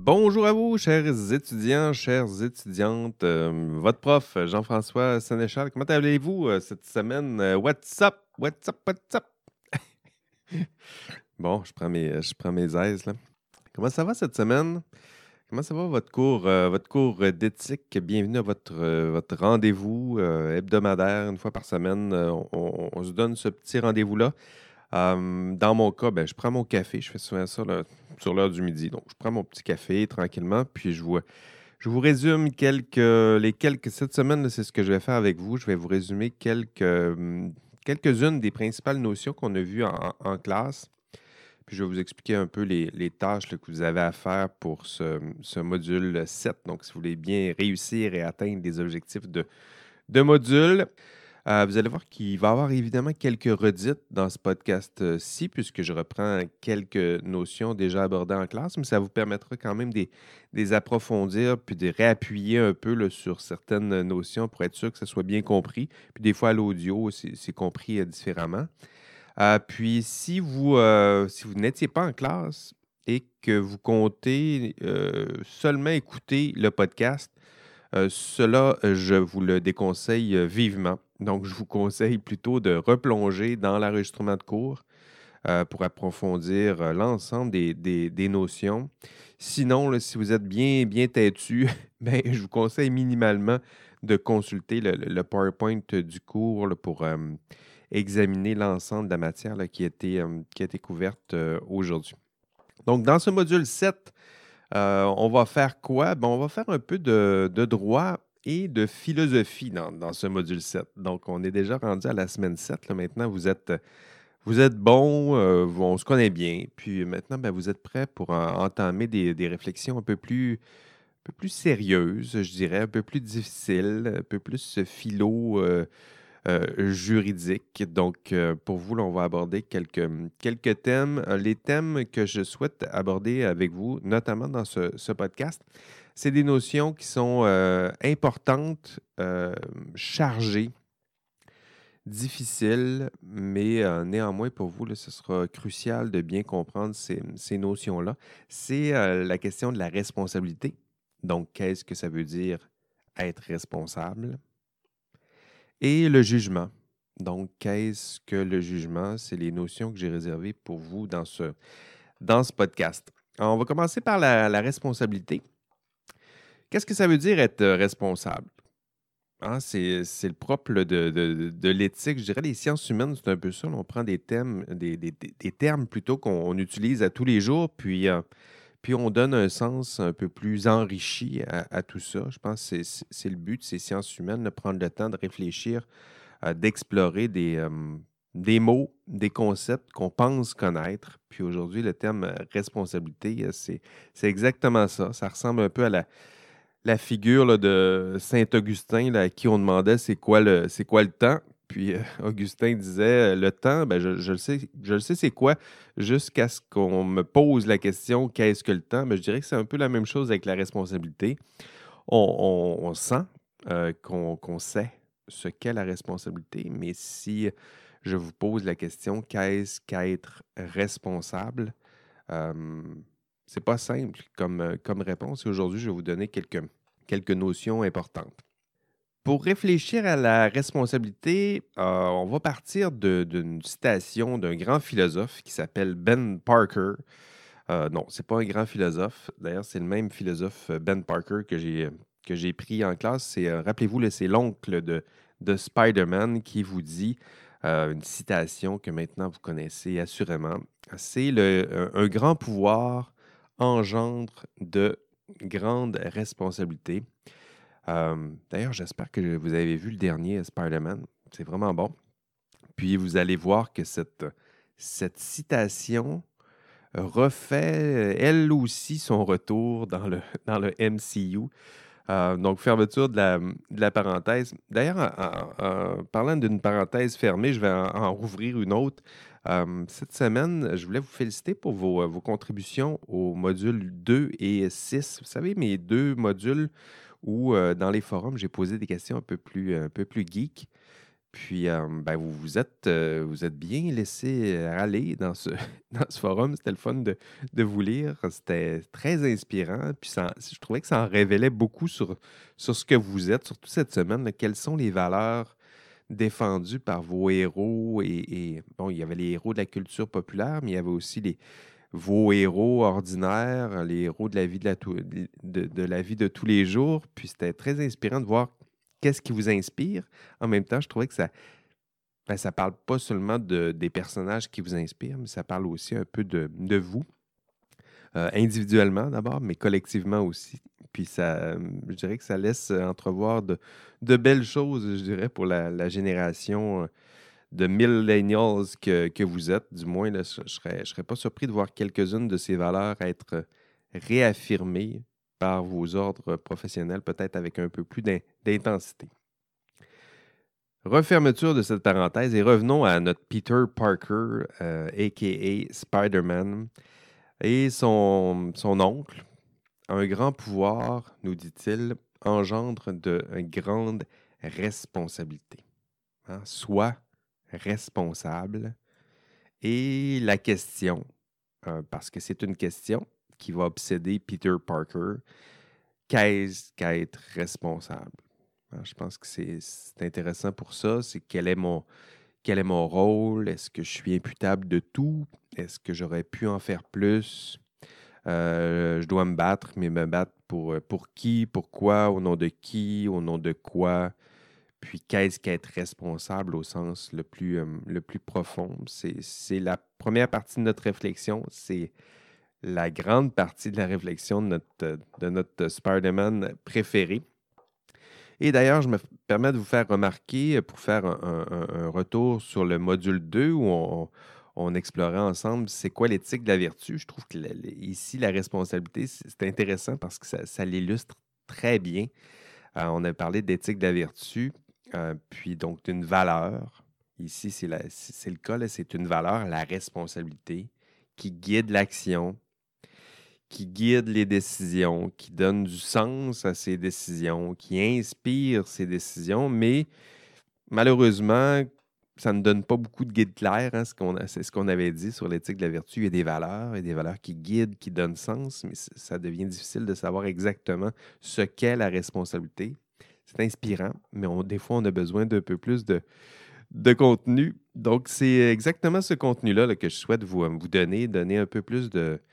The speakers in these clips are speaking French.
Bonjour à vous, chers étudiants, chères étudiantes. Votre prof, Jean-François Sénéchal, comment allez-vous cette semaine? What's up? What's up? What's up? Bon, je prends mes aises, là. Comment ça va cette semaine? Comment ça va votre cours d'éthique? Bienvenue à votre rendez-vous hebdomadaire, une fois par semaine. On se donne ce petit rendez-vous-là. Dans mon cas, ben, je prends mon café. Je fais souvent ça là, sur l'heure du midi. Donc, je prends mon petit café tranquillement, puis je vous résume cette semaine, là, c'est ce que je vais faire avec vous. Je vais vous résumer quelques-unes des principales notions qu'on a vues en classe. Puis je vais vous expliquer un peu les tâches là, que vous avez à faire pour ce module 7. Donc, si vous voulez bien réussir et atteindre les objectifs de module. Vous allez voir qu'il va y avoir évidemment quelques redites dans ce podcast-ci, puisque je reprends quelques notions déjà abordées en classe, mais ça vous permettra quand même de les approfondir puis de réappuyer un peu là, sur certaines notions pour être sûr que ça soit bien compris. Puis des fois, à l'audio, c'est compris différemment. Puis si vous n'étiez pas en classe et que vous comptez seulement écouter le podcast, cela, je vous le déconseille vivement. Donc, je vous conseille plutôt de replonger dans l'enregistrement de cours pour approfondir l'ensemble des notions. Sinon, là, si vous êtes bien, bien têtu, ben, je vous conseille minimalement de consulter le PowerPoint du cours là, pour examiner l'ensemble de la matière là, qui a été couverte aujourd'hui. Donc, dans ce module 7, on va faire quoi? Ben, on va faire un peu de droit et de philosophie dans ce module 7. Donc, on est déjà rendu à la semaine 7. Là. Maintenant, vous êtes bons, on se connaît bien. Puis maintenant, ben, vous êtes prêts pour entamer des réflexions un peu plus sérieuses, je dirais, un peu plus difficiles, un peu plus philo. Juridique. Donc, pour vous, là, on va aborder quelques thèmes. Les thèmes que je souhaite aborder avec vous, notamment dans ce podcast, c'est des notions qui sont importantes, chargées, difficiles, mais néanmoins, pour vous, là, ce sera crucial de bien comprendre ces notions-là. C'est la question de la responsabilité. Donc, qu'est-ce que ça veut dire être responsable? Et le jugement. Donc, qu'est-ce que le jugement? C'est les notions que j'ai réservées pour vous dans ce podcast. Alors, on va commencer par la responsabilité. Qu'est-ce que ça veut dire être responsable? Hein, c'est le propre là, de l'éthique. Je dirais les sciences humaines, c'est un peu ça. Là. On prend des thèmes, des termes plutôt qu'on utilise à tous les jours, puis on donne un sens un peu plus enrichi à tout ça. Je pense que c'est le but de ces sciences humaines, de prendre le temps de réfléchir d'explorer des mots, des concepts qu'on pense connaître. Puis aujourd'hui, le terme responsabilité, c'est exactement ça. Ça ressemble un peu à la figure là, de Saint-Augustin là, à qui on demandait c'est quoi le temps. Puis Augustin disait le temps, ben, je le sais c'est quoi, jusqu'à ce qu'on me pose la question qu'est-ce que le temps? Ben, je dirais que c'est un peu la même chose avec la responsabilité. On sent qu'on sait ce qu'est la responsabilité, mais si je vous pose la question qu'est-ce qu'être responsable, euh, c'est pas simple comme réponse. Et aujourd'hui, je vais vous donner quelques notions importantes. Pour réfléchir à la responsabilité, on va partir d'une citation d'un grand philosophe qui s'appelle Ben Parker. Non, c'est pas un grand philosophe. D'ailleurs, c'est le même philosophe, Ben Parker, que j'ai pris en classe. Rappelez-vous, là, c'est l'oncle de Spider-Man qui vous dit une citation que maintenant vous connaissez assurément. C'est un grand pouvoir engendre de grandes responsabilités. D'ailleurs, j'espère que vous avez vu le dernier Spider-Man. C'est vraiment bon. Puis vous allez voir que cette citation refait elle aussi son retour dans le MCU. Donc, fermeture de la parenthèse. D'ailleurs, en parlant d'une parenthèse fermée, je vais en rouvrir une autre. Cette semaine, je voulais vous féliciter pour vos contributions aux modules 2 et 6. Vous savez, mes deux modules où, dans les forums, j'ai posé des questions un peu plus geek. Puis, ben, vous êtes bien laissé aller dans ce, dans ce forum. C'était le fun de vous lire. C'était très inspirant. Puis, je trouvais que ça en révélait beaucoup sur ce que vous êtes, surtout cette semaine. Là. Quelles sont les valeurs défendues par vos héros? Bon, il y avait les héros de la culture populaire, mais il y avait aussi vos héros ordinaires, les héros de la vie de la vie de tous les jours. Puis, c'était très inspirant de voir qu'est-ce qui vous inspire. En même temps, je trouvais que ça parle pas seulement des personnages qui vous inspirent, mais ça parle aussi un peu de vous, individuellement d'abord, mais collectivement aussi. Puis je dirais que ça laisse entrevoir de belles choses, je dirais, pour la génération de millennials que vous êtes. Du moins, là, je serais pas surpris de voir quelques-unes de ces valeurs être réaffirmées par vos ordres professionnels, peut-être avec un peu plus d'intensité. Refermeture de cette parenthèse et revenons à notre Peter Parker, a.k.a. Spider-Man, et son oncle. Un grand pouvoir, nous dit-il, engendre de grandes responsabilités. Hein? Sois responsable. Et la question, parce que c'est une question qui va obséder Peter Parker, qu'est-ce qu'être responsable? Hein, je pense que c'est intéressant pour ça. C'est quel est mon rôle? Est-ce que je suis imputable de tout? Est-ce que j'aurais pu en faire plus? Je dois me battre, mais me battre pour qui? Pourquoi? Au nom de qui? Au nom de quoi? Puis qu'est-ce qu'être responsable au sens le plus profond? C'est la première partie de notre réflexion. C'est la grande partie de la réflexion de notre Spider-Man préféré. Et d'ailleurs, je me permets de vous faire remarquer, pour faire un retour sur le module 2 où on explorait ensemble c'est quoi l'éthique de la vertu. Je trouve que ici, la responsabilité, c'est intéressant parce que ça l'illustre très bien. On a parlé d'éthique de la vertu, puis donc d'une valeur. Ici, c'est le cas, là, c'est une valeur, la responsabilité, qui guide l'action, qui guide les décisions, qui donne du sens à ces décisions, qui inspire ces décisions, mais malheureusement, ça ne donne pas beaucoup de guide clair. Hein, c'est ce qu'on avait dit sur l'éthique de la vertu. Il y a des valeurs qui guident, qui donnent sens, mais ça devient difficile de savoir exactement ce qu'est la responsabilité. C'est inspirant, mais des fois, on a besoin d'un peu plus de contenu. Donc, c'est exactement ce contenu-là là, que je souhaite vous donner un peu plus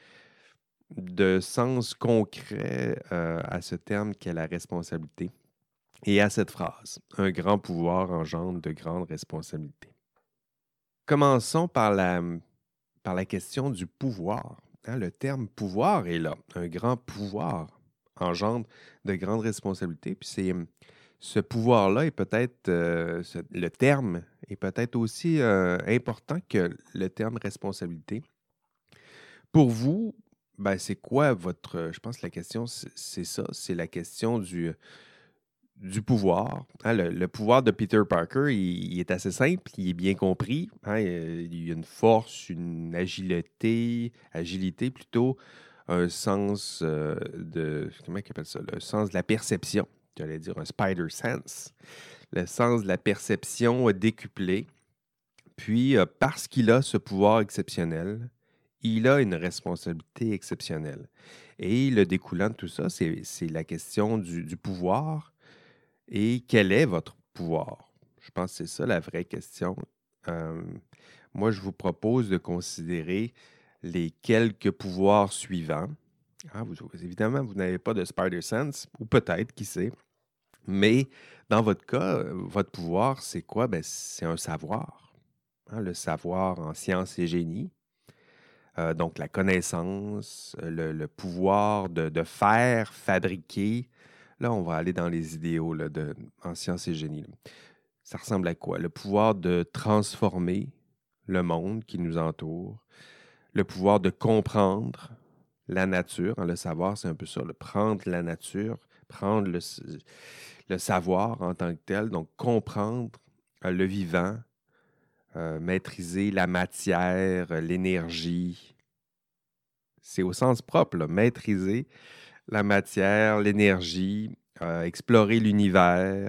de sens concret à ce terme qu'est la responsabilité et à cette phrase. Un grand pouvoir engendre de grandes responsabilités. Commençons par la question du pouvoir. Hein, le terme pouvoir est là. Un grand pouvoir engendre de grandes responsabilités. Puis ce pouvoir-là est peut-être, le terme est peut-être aussi important que le terme responsabilité. Pour vous, ben, c'est quoi je pense que la question, c'est ça, c'est la question du pouvoir. Hein, le pouvoir de Peter Parker, il est assez simple, il est bien compris. Hein, il y a une force, une agilité plutôt, un sens comment il appelle ça? Le sens de la perception. J'allais dire un spider sense. Le sens de la perception décuplé. Puis, parce qu'il a ce pouvoir exceptionnel, il a une responsabilité exceptionnelle. Et le découlant de tout ça, c'est la question du pouvoir. Et quel est votre pouvoir? Je pense que c'est ça la vraie question. Euh, Moi, je vous propose de considérer les quelques pouvoirs suivants. Ah, évidemment, vous n'avez pas de Spider Sense, ou peut-être, qui sait. Mais dans votre cas, votre pouvoir, c'est quoi? Ben, c'est un savoir. Hein, le savoir en sciences et génie. Donc, la connaissance, le pouvoir de faire, fabriquer. Là, on va aller dans les idéaux là, en sciences et génie. Là. Ça ressemble à quoi? Le pouvoir de transformer le monde qui nous entoure, le pouvoir de comprendre la nature. Hein, le savoir, c'est un peu ça. Prendre la nature, prendre le savoir en tant que tel, donc comprendre le vivant, maîtriser la matière, l'énergie. C'est au sens propre, là, maîtriser la matière, l'énergie, explorer l'univers,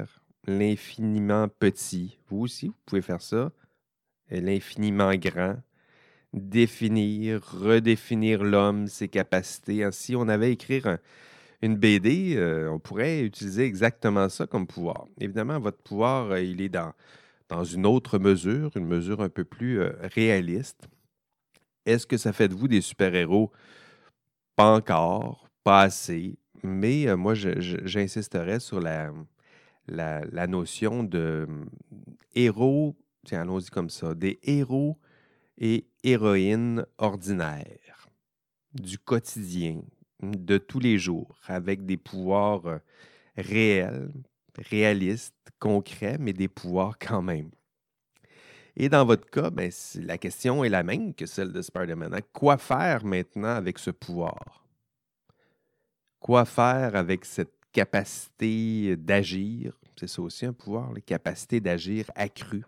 l'infiniment petit. Vous aussi, vous pouvez faire ça. Et l'infiniment grand. Définir, redéfinir l'homme, ses capacités. Si on avait à écrire une BD, on pourrait utiliser exactement ça comme pouvoir. Évidemment, votre pouvoir, il est dans une autre mesure, une mesure un peu plus réaliste. Est-ce que ça fait de vous des super-héros? Pas encore, pas assez, mais moi, j'insisterais sur la notion de héros, tiens, allons-y comme ça, des héros et héroïnes ordinaires, du quotidien, de tous les jours, avec des pouvoirs réels, réalistes, concrets, mais des pouvoirs quand même. Et dans votre cas, ben, la question est la même que celle de Spider-Man, hein. Quoi faire maintenant avec ce pouvoir? Quoi faire avec cette capacité d'agir? C'est ça aussi un pouvoir, la capacité d'agir accrue.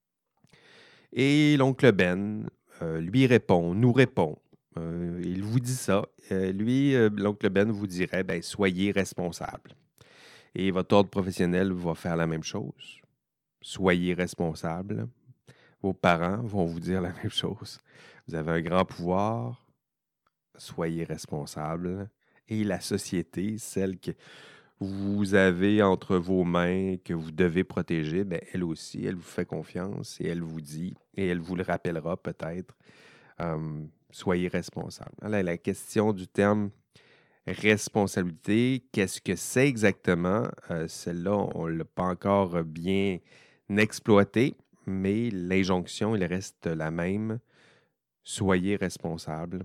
Et l'oncle Ben lui répond, nous répond. Il vous dit ça. L'oncle Ben vous dirait, ben, soyez responsable. Et votre ordre professionnel va faire la même chose. Soyez responsable. Vos parents vont vous dire la même chose. Vous avez un grand pouvoir, soyez responsable. Et la société, celle que vous avez entre vos mains, que vous devez protéger, ben, elle aussi, elle vous fait confiance et elle vous dit, et elle vous le rappellera peut-être, soyez responsable. Alors, la question du terme responsabilité, qu'est-ce que c'est exactement? Celle-là, on ne l'a pas encore bien exploitée, mais l'injonction, il reste la même. Soyez responsable.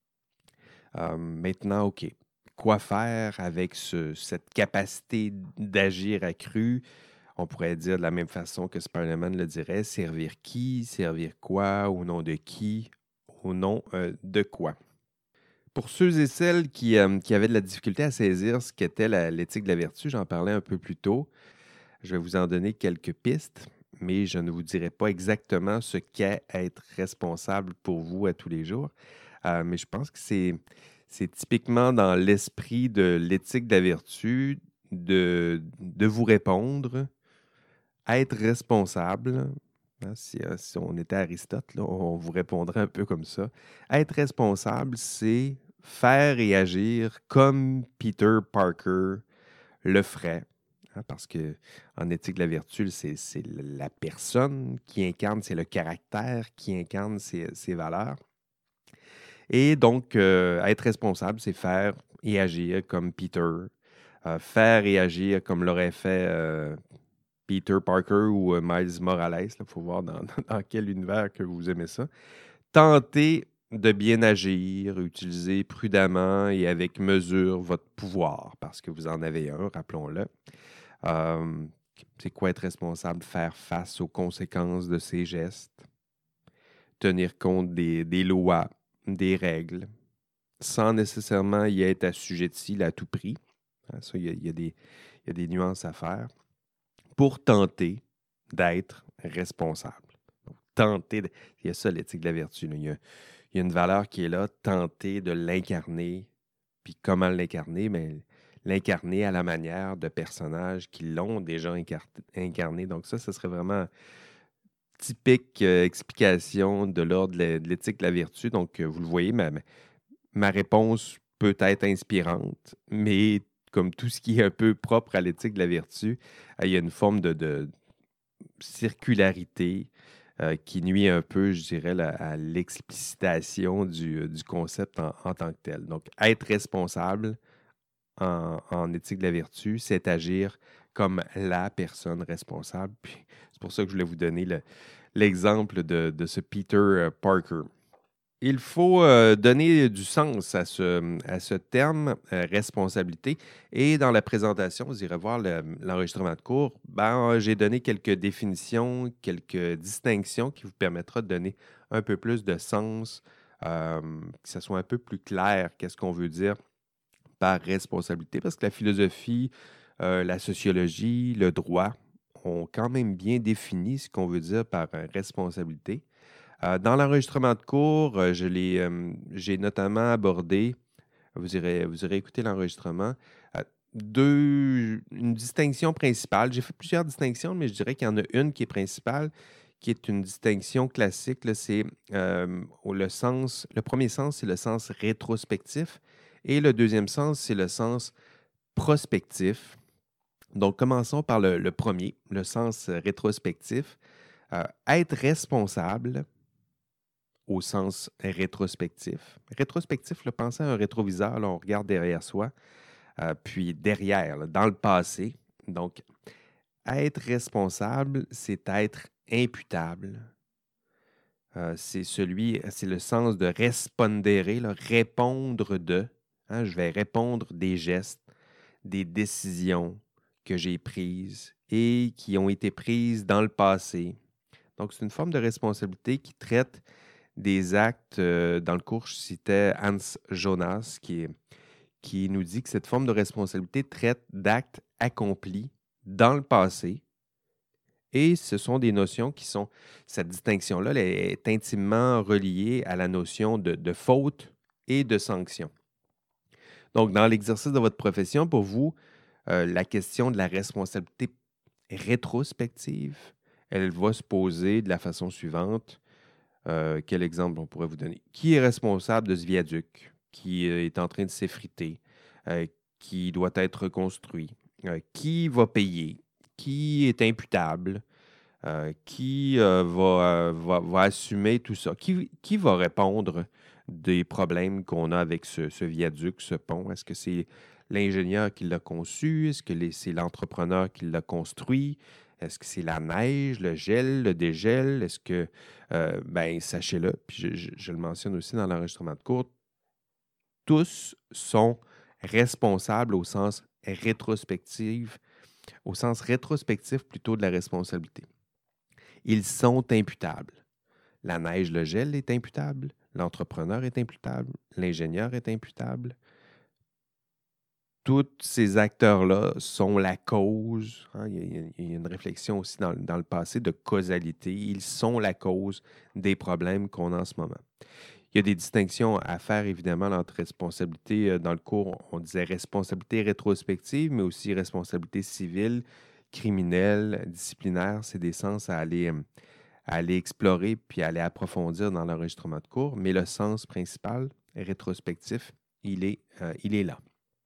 Maintenant, OK. Quoi faire avec cette capacité d'agir accrue? On pourrait dire de la même façon que Spider-Man le dirait, servir qui, servir quoi, au nom de qui, au nom de quoi. Pour ceux et celles qui avaient de la difficulté à saisir ce qu'était l'éthique de la vertu, j'en parlais un peu plus tôt. Je vais vous en donner quelques pistes, mais je ne vous dirai pas exactement ce qu'est être responsable pour vous à tous les jours. Mais je pense que c'est typiquement dans l'esprit de l'éthique de la vertu de vous répondre, être responsable. Hein, si on était Aristote, là, on vous répondrait un peu comme ça. Être responsable, c'est faire et agir comme Peter Parker le ferait. Hein, parce que en éthique de la vertu, c'est la personne qui incarne, c'est le caractère qui incarne ses valeurs. Et donc, être responsable, c'est faire et agir comme Peter, faire et agir comme l'aurait fait Peter Parker ou Miles Morales. Il faut voir dans quel univers que vous aimez ça. Tentez de bien agir, utiliser prudemment et avec mesure votre pouvoir, parce que vous en avez un, rappelons-le. C'est quoi être responsable? Faire face aux conséquences de ses gestes, tenir compte des lois, des règles, sans nécessairement y être assujetti à tout prix. Ça, il y a des nuances à faire pour tenter d'être responsable. Donc, il y a ça, l'éthique de la vertu. Là. Il y a une valeur qui est là, tenter de l'incarner. Puis comment l'incarner? Mais l'incarner à la manière de personnages qui l'ont déjà incarné. Donc ça serait vraiment typique explication de l'ordre de l'éthique de la vertu. Donc, vous le voyez, ma réponse peut être inspirante, mais comme tout ce qui est un peu propre à l'éthique de la vertu, il y a une forme de circularité qui nuit un peu, je dirais, à l'explicitation du concept en tant que tel. Donc, être responsable en éthique de la vertu, c'est agir comme la personne responsable. Puis, c'est pour ça que je voulais vous donner l'exemple de ce Peter Parker. Il faut donner du sens à ce terme responsabilité. Et dans la présentation, vous irez voir l'enregistrement de cours, j'ai donné quelques définitions, quelques distinctions qui vous permettra de donner un peu plus de sens, que ce soit un peu plus clair qu'est-ce qu'on veut dire par responsabilité, parce que la philosophie, la sociologie, le droit ont quand même bien défini ce qu'on veut dire par responsabilité. Dans l'enregistrement de cours, j'ai notamment abordé, vous irez écouter l'enregistrement, une distinction principale. J'ai fait plusieurs distinctions, mais je dirais qu'il y en a une qui est principale, qui est une distinction classique. Là, c'est le premier sens, c'est le sens rétrospectif, et le deuxième sens, c'est le sens prospectif. Donc, commençons par le premier, le sens rétrospectif. Être responsable au sens rétrospectif. Rétrospectif, là, pensez à un rétroviseur, là, on regarde derrière soi. Puis derrière, là, dans le passé. Donc, être responsable, c'est être imputable. C'est le sens de respondere, là, répondre de. Hein, je vais répondre des gestes, des décisions que j'ai prises et qui ont été prises dans le passé. Donc, c'est une forme de responsabilité qui traite des actes. Dans le cours, je citais Hans Jonas, qui nous dit que cette forme de responsabilité traite d'actes accomplis dans le passé. Et ce sont des notions cette distinction-là elle est intimement reliée à la notion de faute et de sanction. Donc, dans l'exercice de votre profession, pour vous, la question de la responsabilité rétrospective, elle va se poser de la façon suivante. Quel exemple on pourrait vous donner? Qui est responsable de ce viaduc qui est en train de s'effriter, qui doit être reconstruit? Qui va payer? Qui est imputable? Qui va assumer tout ça? Qui va répondre des problèmes qu'on a avec ce viaduc, ce pont? Est-ce que c'est l'ingénieur qui l'a conçu? Est-ce que c'est l'entrepreneur qui l'a construit? Est-ce que c'est la neige, le gel, le dégel? Est-ce que, sachez-le, puis je le mentionne aussi dans l'enregistrement de cours, tous sont responsables au sens rétrospectif plutôt de la responsabilité. Ils sont imputables. La neige, le gel est imputable, l'entrepreneur est imputable, l'ingénieur est imputable. Tous ces acteurs-là sont la cause. Hein, il y a une réflexion aussi dans le passé de causalité. Ils sont la cause des problèmes qu'on a en ce moment. Il y a des distinctions à faire, évidemment, entre responsabilité. Dans le cours, on disait responsabilité rétrospective, mais aussi responsabilité civile, criminelle, disciplinaire. C'est des sens à aller explorer puis à aller approfondir dans l'enregistrement de cours. Mais le sens principal, rétrospectif, il est là.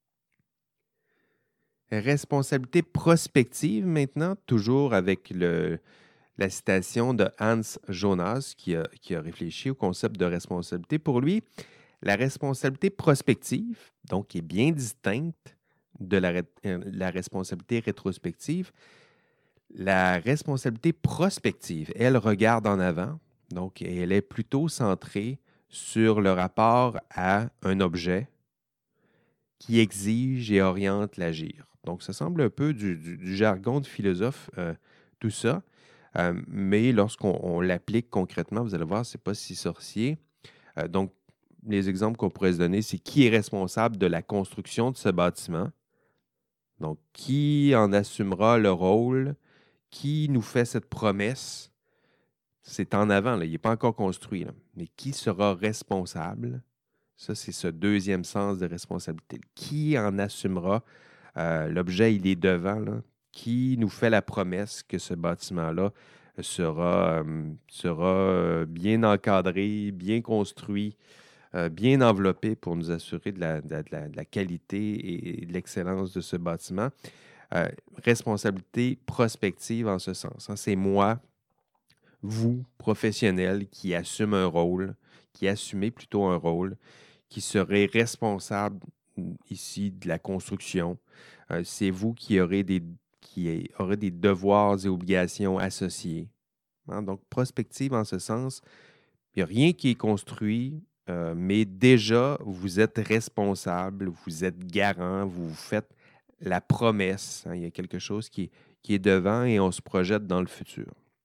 Responsabilité prospective maintenant, toujours avec la citation de Hans Jonas qui a réfléchi au concept de responsabilité. Pour lui, la responsabilité prospective, donc qui est bien distincte de la responsabilité rétrospective, la responsabilité prospective, elle regarde en avant, donc elle est plutôt centrée sur le rapport à un objet qui exige et oriente l'agir. Donc, ça semble un peu du jargon de philosophe, tout ça. Mais lorsqu'on l'applique concrètement, vous allez voir, ce n'est pas si sorcier. Donc, les exemples qu'on pourrait se donner, c'est qui est responsable de la construction de ce bâtiment? Donc, qui en assumera le rôle? Qui nous fait cette promesse? C'est en avant, là, il n'est pas encore construit. Là. Mais qui sera responsable? Ça, c'est ce deuxième sens de responsabilité. Qui en assumera? L'objet, il est devant. Là. Qui nous fait la promesse que ce bâtiment-là sera bien encadré, bien construit, bien enveloppé pour nous assurer de la qualité et de l'excellence de ce bâtiment? Responsabilité prospective en ce sens. Hein. C'est moi, vous, professionnel, qui assume un rôle, qui assumez plutôt un rôle, qui serait responsable ici de la construction. C'est vous qui aurez des devoirs et obligations associés. Hein? Donc, prospective en ce sens, il n'y a rien qui est construit, mais déjà, vous êtes responsable, vous êtes garant, vous faites la promesse. Hein? Il y a quelque chose qui est devant et on se projette dans le futur.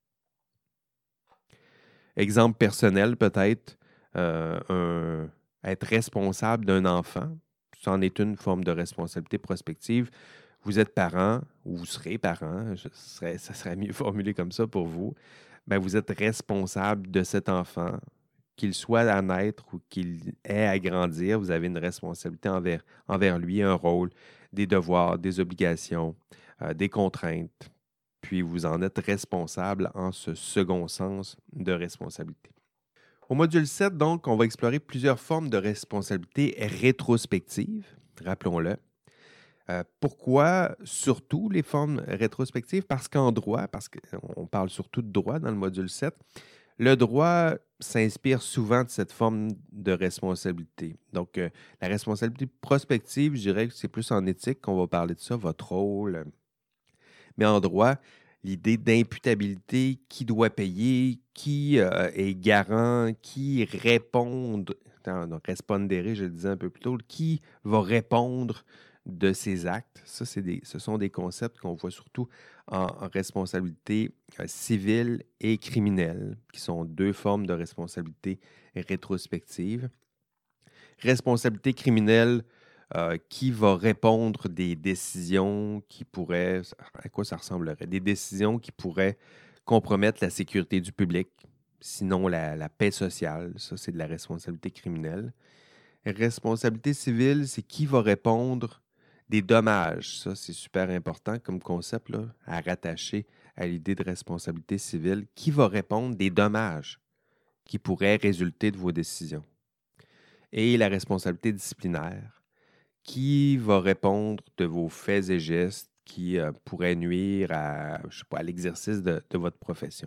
Exemple personnel, peut-être, être responsable d'un enfant, c'en est une forme de responsabilité prospective. Vous êtes parent, ou vous serez parent, ça serait mieux formulé comme ça pour vous. Bien, vous êtes responsable de cet enfant, qu'il soit à naître ou qu'il ait à grandir. Vous avez une responsabilité envers lui, un rôle des devoirs, des obligations, des contraintes, puis vous en êtes responsable en ce second sens de responsabilité. Au module 7, donc, on va explorer plusieurs formes de responsabilité rétrospective, rappelons-le. Pourquoi surtout les formes rétrospectives? Parce qu'en droit, parce qu'on parle surtout de droit dans le module 7, le droit s'inspire souvent de cette forme de responsabilité. Donc, la responsabilité prospective, je dirais que c'est plus en éthique qu'on va parler de ça, votre rôle. Mais en droit, l'idée d'imputabilité, qui doit payer, qui est garant, qui répond, respondere, je le disais un peu plus tôt, qui va répondre de ses actes. Ça, ce sont des concepts qu'on voit surtout en responsabilité civile et criminelle, qui sont deux formes de responsabilité rétrospective. Responsabilité criminelle, qui va répondre des décisions qui pourraient, à quoi ça ressemblerait? Des décisions qui pourraient compromettre la sécurité du public, sinon la paix sociale. Ça, c'est de la responsabilité criminelle. Responsabilité civile, c'est qui va répondre des dommages. Ça, c'est super important comme concept là, à rattacher à l'idée de responsabilité civile. Qui va répondre des dommages qui pourraient résulter de vos décisions? Et la responsabilité disciplinaire, qui va répondre de vos faits et gestes qui pourraient nuire à, je sais pas, à l'exercice de votre profession.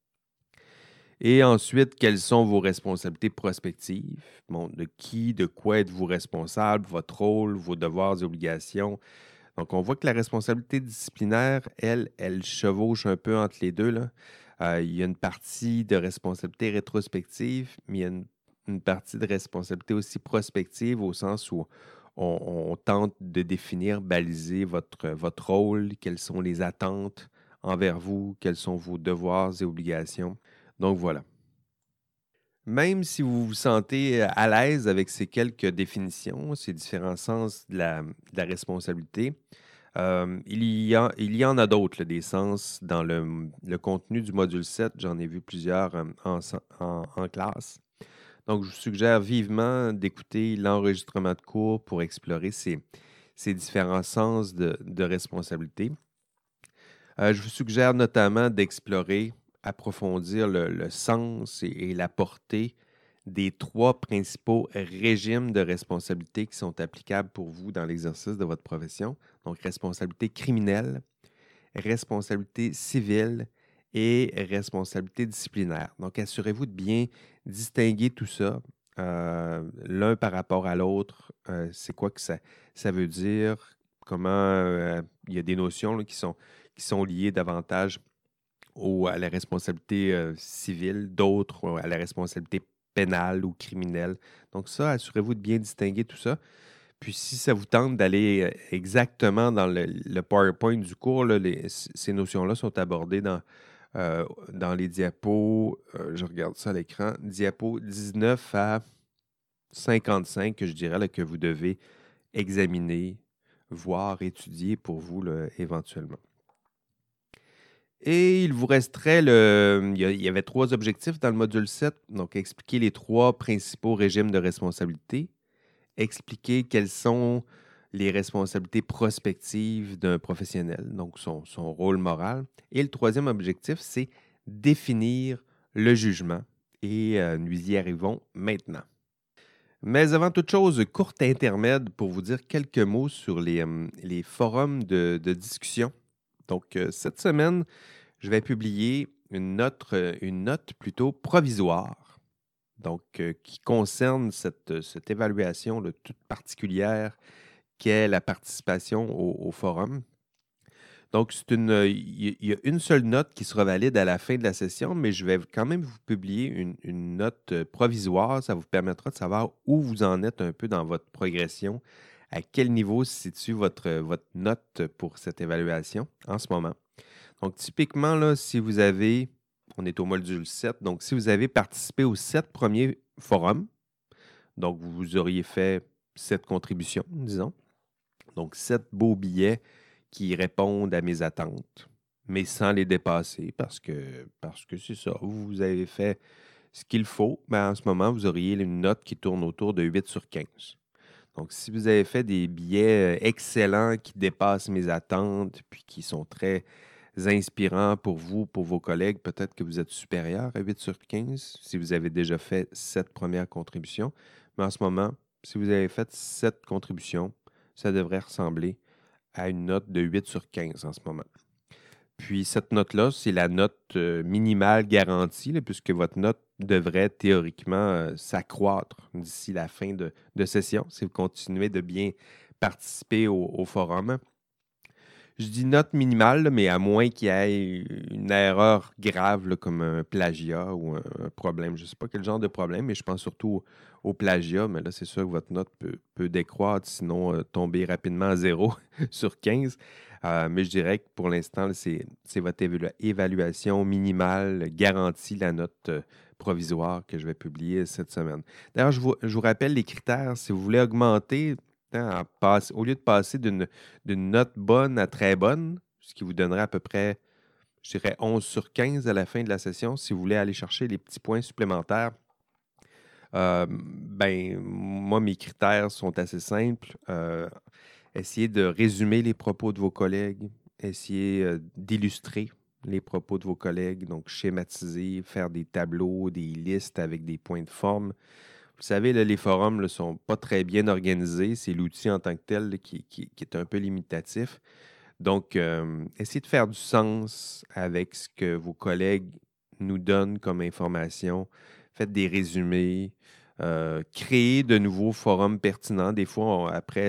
Et ensuite, quelles sont vos responsabilités prospectives? Bon, de qui, de quoi êtes-vous responsable, votre rôle, vos devoirs et obligations. Donc, on voit que la responsabilité disciplinaire, elle chevauche un peu entre les deux, là. Il y a une partie de responsabilité rétrospective, mais il y a une partie de responsabilité aussi prospective au sens où on tente de définir, baliser votre rôle, quelles sont les attentes envers vous, quels sont vos devoirs et obligations. Donc voilà. Même si vous vous sentez à l'aise avec ces quelques définitions, ces différents sens de la responsabilité, il y en a d'autres, là, des sens dans le contenu du module 7. J'en ai vu plusieurs en classe. Donc, je vous suggère vivement d'écouter l'enregistrement de cours pour explorer ces différents sens de responsabilité. Je vous suggère notamment d'explorer, approfondir le sens et la portée des trois principaux régimes de responsabilité qui sont applicables pour vous dans l'exercice de votre profession. Donc, responsabilité criminelle, responsabilité civile et responsabilité disciplinaire. Donc, assurez-vous de bien distinguer tout ça, l'un par rapport à l'autre. C'est quoi que ça veut dire? Comment il y a des notions là, qui sont liées davantage à la responsabilité civile, d'autres à la responsabilité pénale ou criminelle. Donc ça, assurez-vous de bien distinguer tout ça. Puis si ça vous tente d'aller exactement dans le PowerPoint du cours, là, ces notions-là sont abordées dans les diapos, je regarde ça à l'écran, diapos 19 à 55, que je dirais là, que vous devez examiner, voir, étudier pour vous là, éventuellement. Et il vous resterait il y avait trois objectifs dans le module 7. Donc, expliquer les trois principaux régimes de responsabilité, expliquer quelles sont les responsabilités prospectives d'un professionnel, donc son rôle moral. Et le troisième objectif, c'est définir le jugement. Et nous y arrivons maintenant. Mais avant toute chose, courte intermède pour vous dire quelques mots sur les forums de discussion. Donc, cette semaine, je vais publier une note plutôt provisoire, donc qui concerne cette évaluation là, toute particulière qu'est la participation au forum. Donc, il y a une seule note qui sera valide à la fin de la session, mais je vais quand même vous publier une note provisoire. Ça vous permettra de savoir où vous en êtes un peu dans votre progression, à quel niveau se situe votre note pour cette évaluation en ce moment. Donc, typiquement, là, si vous avez, on est au module 7, donc si vous avez participé aux 7 premiers forums, donc vous auriez fait 7 contributions, disons, donc 7 beaux billets qui répondent à mes attentes, mais sans les dépasser parce que c'est ça, vous avez fait ce qu'il faut, mais en ce moment, vous auriez une note qui tourne autour de 8 sur 15. Donc, si vous avez fait des billets excellents qui dépassent mes attentes, puis qui sont très inspirants pour vous, pour vos collègues, peut-être que vous êtes supérieur à 8 sur 15 si vous avez déjà fait 7 premières contributions. Mais en ce moment, si vous avez fait 7 contributions, ça devrait ressembler à une note de 8 sur 15 en ce moment. Puis cette note-là, c'est la note minimale garantie, là, puisque votre note devrait théoriquement s'accroître d'ici la fin de session si vous continuez de bien participer au forum. Je dis note minimale, là, mais à moins qu'il y ait une erreur grave là, comme un plagiat ou un problème. Je ne sais pas quel genre de problème, mais je pense surtout au plagiat. Mais là, c'est sûr que votre note peut décroître, sinon tomber rapidement à 0 sur 15. Mais je dirais que pour l'instant, c'est votre évaluation minimale garantie, la note provisoire que je vais publier cette semaine. D'ailleurs, je vous rappelle les critères. Si vous voulez augmenter, au lieu de passer d'une note bonne à très bonne, ce qui vous donnerait à peu près, je dirais, 11 sur 15 à la fin de la session, si vous voulez aller chercher les petits points supplémentaires, moi, mes critères sont assez simples. Essayez de résumer les propos de vos collègues, essayez d'illustrer les propos de vos collègues, donc schématiser, faire des tableaux, des listes avec des points de forme. Vous savez, là, les forums ne sont pas très bien organisés. C'est l'outil en tant que tel là, qui est un peu limitatif. Donc, essayez de faire du sens avec ce que vos collègues nous donnent comme information. Faites des résumés. Créez de nouveaux forums pertinents. Des fois, après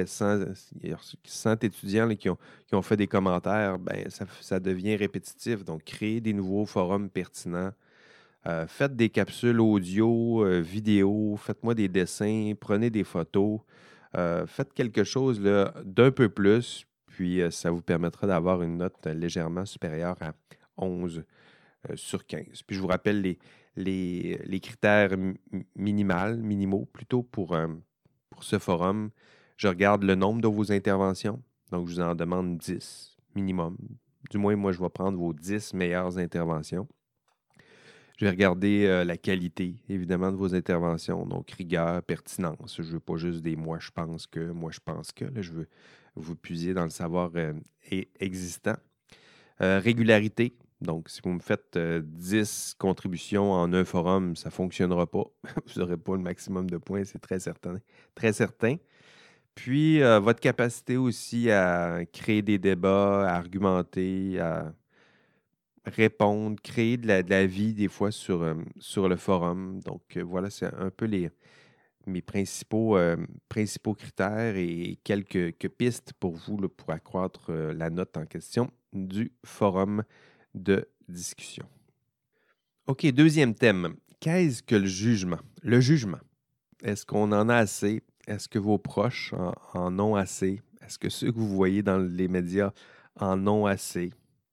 100 étudiants là, qui ont fait des commentaires, ben, ça devient répétitif. Donc, créez des nouveaux forums pertinents. Faites des capsules audio, vidéo, faites-moi des dessins, prenez des photos, faites quelque chose là, d'un peu plus, puis ça vous permettra d'avoir une note légèrement supérieure à 11 sur 15. Puis je vous rappelle les critères minimaux plutôt pour ce forum. Je regarde le nombre de vos interventions, donc je vous en demande 10 minimum. Du moins, moi, je vais prendre vos 10 meilleures interventions. Je vais regarder la qualité, évidemment, de vos interventions. Donc, rigueur, pertinence. Je ne veux pas juste des moi, je pense que, moi, je pense que. Là, je veux vous puiser dans le savoir existant. Régularité. Donc, si vous me faites 10 contributions en un forum, ça ne fonctionnera pas. Vous n'aurez pas le maximum de points, c'est très certain. Très certain. Puis, votre capacité aussi à créer des débats, à argumenter, à répondre, créer de la vie des fois sur le forum. Donc, voilà, c'est un peu mes principaux critères et quelques pistes pour vous là, pour accroître la note en question du forum de discussion. OK, deuxième thème. Qu'est-ce que le jugement? Le jugement. Est-ce qu'on en a assez? Est-ce que vos proches en ont assez? Est-ce que ceux que vous voyez dans les médias en ont assez?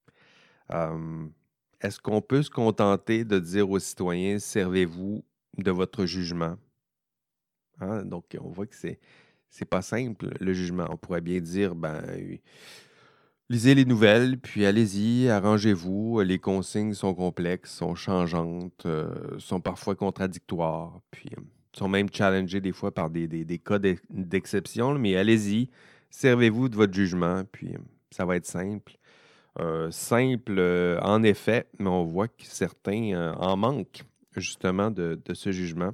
Est-ce qu'on peut se contenter de dire aux citoyens, servez-vous de votre jugement? Hein? Donc, on voit que c'est pas simple, le jugement. On pourrait bien dire, lisez les nouvelles, puis allez-y, arrangez-vous. Les consignes sont complexes, sont changeantes, sont parfois contradictoires, puis sont même challengées des fois par des cas d'exception, mais allez-y, servez-vous de votre jugement, puis ça va être simple. Simple, en effet, mais on voit que certains en manquent justement de ce jugement.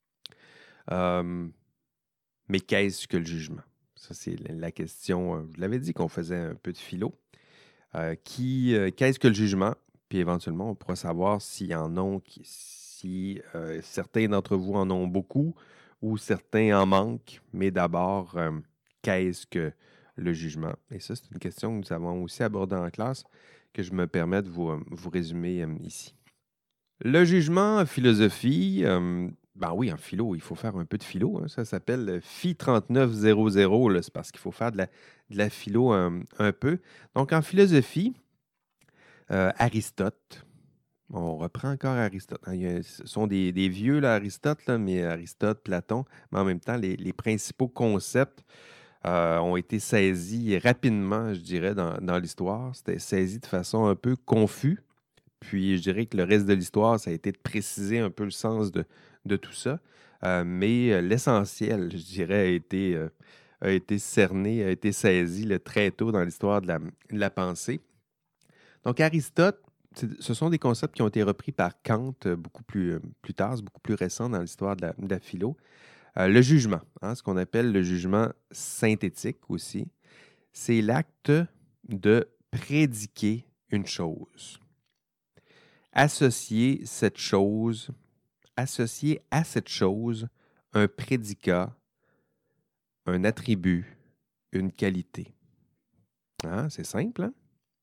Mais qu'est-ce que le jugement? Ça, c'est la question. Je vous l'avais dit qu'on faisait un peu de philo. Qu'est-ce que le jugement? Puis éventuellement, on pourra savoir s'il y en ont, si certains d'entre vous en ont beaucoup ou certains en manquent. Mais d'abord, qu'est-ce que le jugement? Et ça, c'est une question que nous avons aussi abordée en classe, que je me permets de vous résumer ici. Le jugement en philosophie, ben oui, en philo, il faut faire un peu de philo. Hein, ça s'appelle Phi 3900. Là, c'est parce qu'il faut faire de la philo un peu. Donc, en philosophie, Aristote, on reprend encore Aristote. Hein, ce sont des vieux, là, Aristote, là, mais Aristote, Platon, mais en même temps, les principaux concepts ont été saisis rapidement, je dirais, dans l'histoire. C'était saisi de façon un peu confus. Puis je dirais que le reste de l'histoire, ça a été de préciser un peu le sens de de tout ça. Mais l'essentiel, je dirais, a été cerné, a été saisi très tôt dans l'histoire de la pensée. Donc, Aristote, ce sont des concepts qui ont été repris par Kant plus tard, c'est beaucoup plus récent dans l'histoire de la philo. Le jugement, ce qu'on appelle le jugement synthétique aussi, c'est l'acte de prédiquer une chose. Associer à cette chose un prédicat, un attribut, une qualité. C'est simple, hein?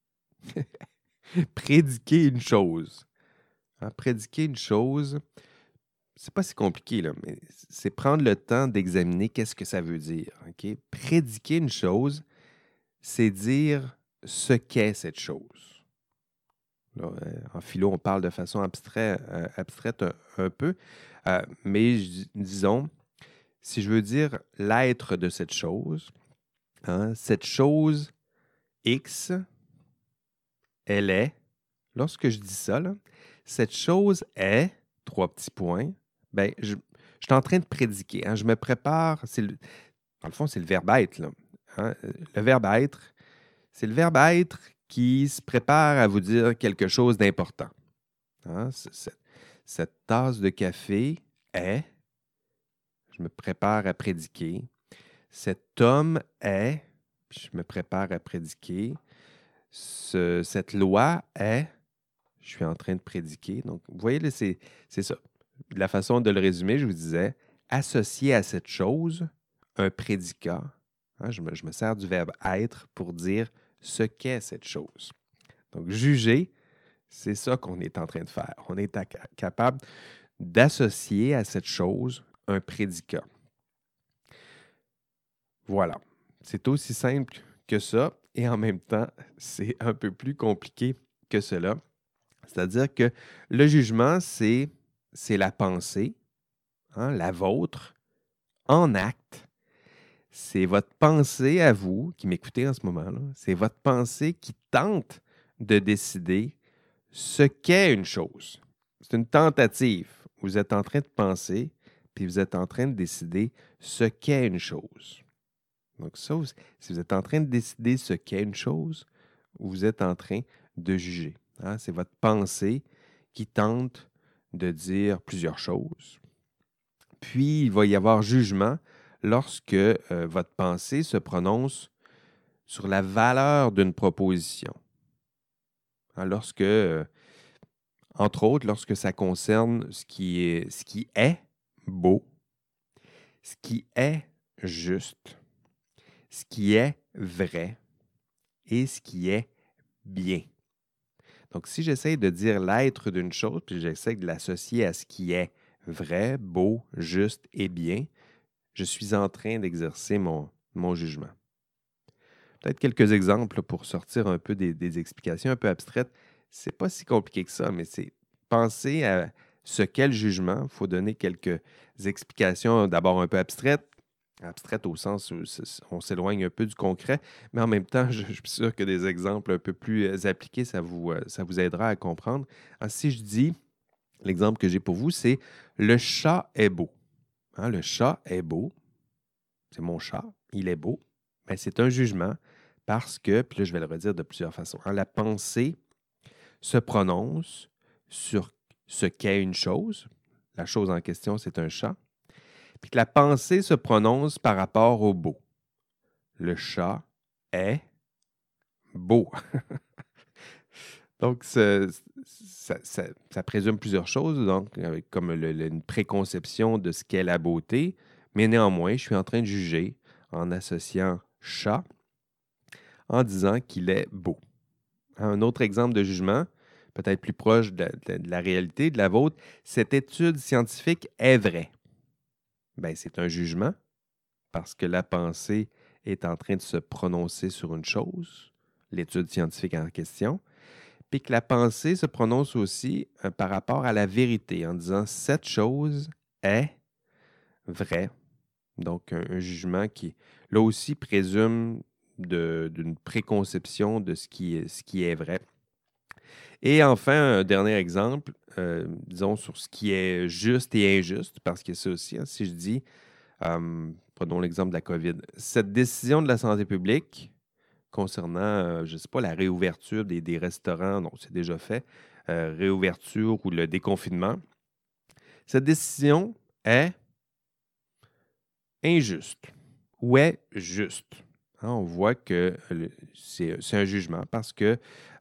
Prédiquer une chose. Prédiquer une chose, c'est pas si compliqué, là, mais c'est prendre le temps d'examiner qu'est-ce que ça veut dire. OK? Prédiquer une chose, c'est dire ce qu'est cette chose. Là, en philo, on parle de façon abstraite un peu, mais disons, si je veux dire l'être de cette chose X, elle est, lorsque je dis ça, là, cette chose est, 3 petits points, ben, je suis en train de prédiquer. Je me prépare, dans le fond, c'est le verbe être. Là, Le verbe être, c'est le verbe être qui se prépare à vous dire quelque chose d'important. Cette tasse de café est, je me prépare à prédiquer. Cet homme est, je me prépare à prédiquer. Cette loi est, je suis en train de prédiquer. Donc, vous voyez, là, c'est ça. La façon de le résumer, je vous disais, associer à cette chose un prédicat. Je me sers du verbe être pour dire ce qu'est cette chose. Donc, juger, c'est ça qu'on est en train de faire. On est capable d'associer à cette chose un prédicat. Voilà. C'est aussi simple que ça et en même temps, c'est un peu plus compliqué que cela. C'est-à-dire que le jugement, c'est la pensée, la vôtre, en acte. C'est votre pensée à vous, qui m'écoutez en ce moment-là, c'est votre pensée qui tente de décider ce qu'est une chose. C'est une tentative. Vous êtes en train de penser, puis vous êtes en train de décider ce qu'est une chose. Donc ça, si vous êtes en train de décider ce qu'est une chose, vous êtes en train de juger. C'est votre pensée qui tente de dire plusieurs choses. Puis, il va y avoir jugement lorsque votre pensée se prononce sur la valeur d'une proposition. Lorsque, entre autres, lorsque ça concerne ce qui est beau, ce qui est juste, ce qui est vrai et ce qui est bien. Donc, si j'essaie de dire l'être d'une chose, puis j'essaie de l'associer à ce qui est vrai, beau, juste et bien, je suis en train d'exercer mon jugement. Peut-être quelques exemples pour sortir un peu des explications un peu abstraites. C'est pas si compliqué que ça, mais c'est penser à ce qu'est le jugement. Il faut donner quelques explications d'abord un peu abstraites au sens où on s'éloigne un peu du concret, mais en même temps, je suis sûr que des exemples un peu plus appliqués, ça vous aidera à comprendre. Si je dis, l'exemple que j'ai pour vous, c'est « le chat est beau ». Le chat est beau, c'est mon chat, il est beau. Mais c'est un jugement parce que, puis là je vais le redire de plusieurs façons, la pensée se prononce sur ce qu'est une chose. La chose en question, c'est un chat. Puis que la pensée se prononce par rapport au beau. Le chat est beau. Donc, ça présume plusieurs choses, donc, comme une préconception de ce qu'est la beauté, mais néanmoins, je suis en train de juger en associant chat en disant qu'il est beau. Un autre exemple de jugement, peut-être plus proche de la réalité, de la vôtre, cette étude scientifique est vraie. Bien, c'est un jugement parce que la pensée est en train de se prononcer sur une chose, l'étude scientifique en question, puis que la pensée se prononce aussi par rapport à la vérité en disant cette chose est vraie. Donc, un jugement qui, là aussi, présume d'une préconception de ce qui est vrai. Et enfin, un dernier exemple, disons sur ce qui est juste et injuste, parce que ça aussi, hein, si je dis, prenons l'exemple de la COVID, cette décision de la santé publique concernant, je ne sais pas, la réouverture des restaurants, non, c'est déjà fait, réouverture ou le déconfinement, cette décision est injuste ou est juste. Hein, on voit que c'est un jugement parce que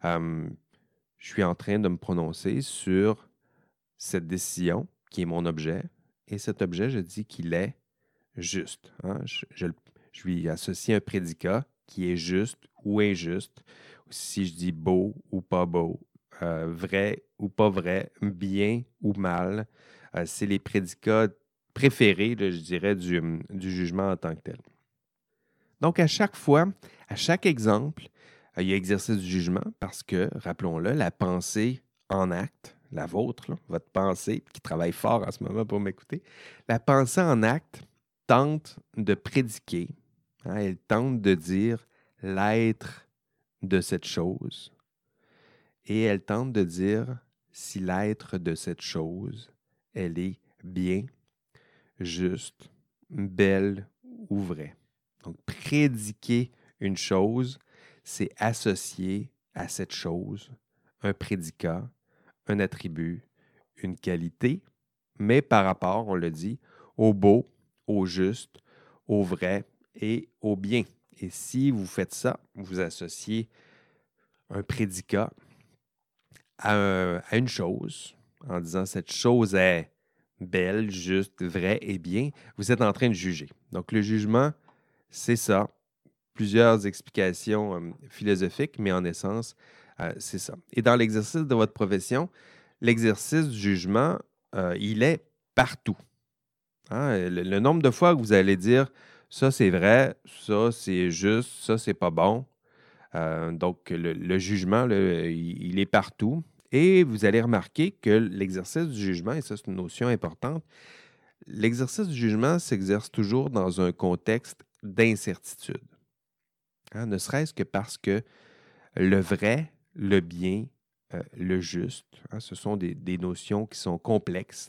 je suis en train de me prononcer sur cette décision qui est mon objet et cet objet, je dis qu'il est juste. Hein. Je lui associe un prédicat qui est juste ou injuste. Si je dis beau ou pas beau, vrai ou pas vrai, bien ou mal, c'est les prédicats préférés, là, je dirais, du jugement en tant que tel. Donc, à chaque fois, à chaque exemple, il y a exercice du jugement parce que, rappelons-le, la pensée en acte, la vôtre, là, votre pensée, qui travaille fort en ce moment pour m'écouter, la pensée en acte tente de prédiquer, hein, elle tente de dire l'être de cette chose et elle tente de dire si l'être de cette chose, elle est bien, juste, belle ou vraie. Donc, prédiquer une chose, c'est associer à cette chose un prédicat, un attribut, une qualité, mais par rapport, on le dit, au beau, au juste, au vrai et au bien. Et si vous faites ça, vous associez un prédicat à une chose en disant cette chose est belle, juste, vraie et bien, vous êtes en train de juger. Donc, le jugement, c'est ça. Plusieurs explications philosophiques, mais en essence, c'est ça. Et dans l'exercice de votre profession, l'exercice du jugement, il est partout. Hein? Le nombre de fois que vous allez dire ça c'est vrai, ça c'est juste, ça c'est pas bon. Donc, le jugement, là, il est partout. Et vous allez remarquer que l'exercice du jugement, et ça c'est une notion importante, l'exercice du jugement s'exerce toujours dans un contexte d'incertitude. Hein, ne serait-ce que parce que le vrai, le bien, le juste, hein, ce sont des notions qui sont complexes.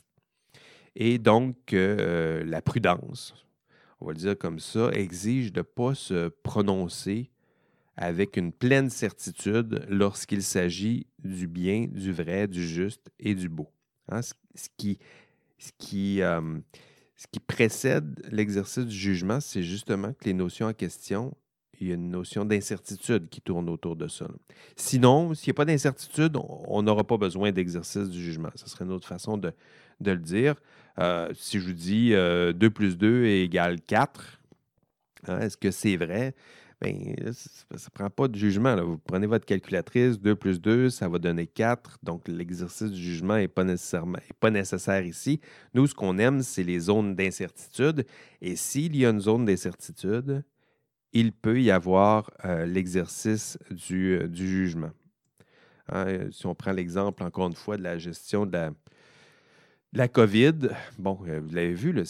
Et donc, la prudence, on va le dire comme ça, exige de ne pas se prononcer avec une pleine certitude lorsqu'il s'agit du bien, du vrai, du juste et du beau. Hein, ce qui, ce qui, euh, ce qui précède l'exercice du jugement, c'est justement que les notions en question, il y a une notion d'incertitude qui tourne autour de ça. Sinon, s'il n'y a pas d'incertitude, on n'aura pas besoin d'exercice du jugement. Ce serait une autre façon de le dire. Si je vous dis 2 plus 2 égale 4, hein, est-ce que c'est vrai? Bien, ça ne prend pas de jugement. Là. Vous prenez votre calculatrice, 2 plus 2, ça va donner 4. Donc, l'exercice du jugement n'est pas nécessaire ici. Nous, ce qu'on aime, c'est les zones d'incertitude. Et s'il y a une zone d'incertitude, il peut y avoir l'exercice du jugement. Hein, si on prend l'exemple, encore une fois, de la gestion de la COVID, bon, vous l'avez vu, là,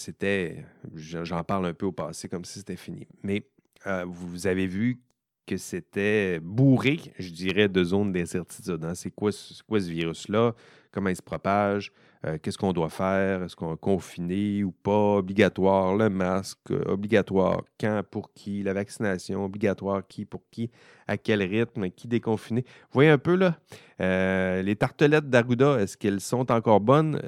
j'en parle un peu au passé comme si c'était fini. Mais vous avez vu que c'était bourré, je dirais, de zones d'incertitude. Hein. C'est quoi ce virus-là? Comment il se propage? Qu'est-ce qu'on doit faire? Est-ce qu'on est confiné ou pas? Obligatoire, le masque, obligatoire, quand, pour qui? La vaccination, obligatoire, qui, pour qui? À quel rythme? Qui déconfiné? Vous voyez un peu, là? Les tartelettes d'Arruda, est-ce qu'elles sont encore bonnes?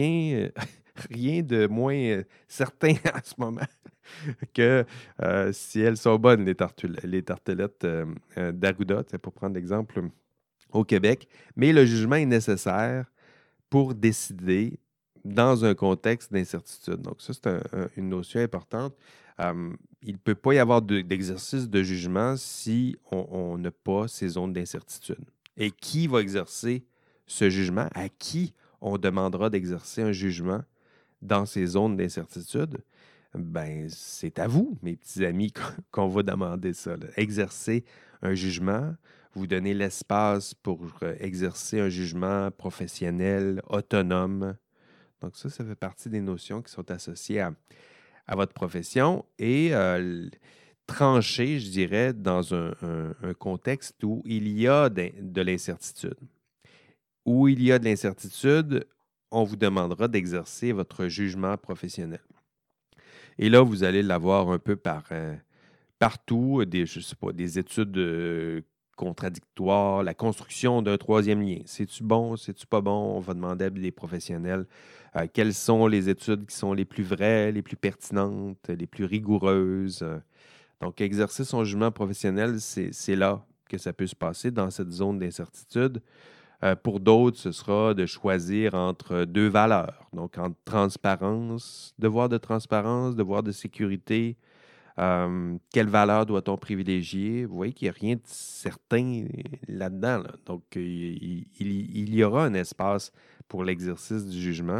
Rien de moins certain en ce moment que si elles sont bonnes, les tartelettes d'Arruda, pour prendre l'exemple au Québec. Mais le jugement est nécessaire pour décider dans un contexte d'incertitude. Donc, ça, c'est une notion importante. Il ne peut pas y avoir d'exercice de jugement si on n'a pas ces zones d'incertitude. Et qui va exercer ce jugement? À qui on demandera d'exercer un jugement dans ces zones d'incertitude? Ben, c'est à vous, mes petits amis, qu'on va demander ça. Là. Exercer un jugement, vous donner l'espace pour exercer un jugement professionnel, autonome. Donc ça fait partie des notions qui sont associées à votre profession et trancher, je dirais, dans un contexte où il y a de l'incertitude. où il y a de l'incertitude, on vous demandera d'exercer votre jugement professionnel. Et là, vous allez l'avoir un peu partout, je sais pas, des études contradictoires, la construction d'un troisième lien. C'est-tu bon, c'est-tu pas bon? On va demander à des professionnels quelles sont les études qui sont les plus vraies, les plus pertinentes, les plus rigoureuses. Donc, exercer son jugement professionnel, c'est là que ça peut se passer, dans cette zone d'incertitude. Pour d'autres, ce sera de choisir entre deux valeurs, donc entre transparence, devoir de transparence, devoir de sécurité. Quelle valeur doit-on privilégier? Vous voyez qu'il n'y a rien de certain là-dedans, là. Donc, il y aura un espace pour l'exercice du jugement.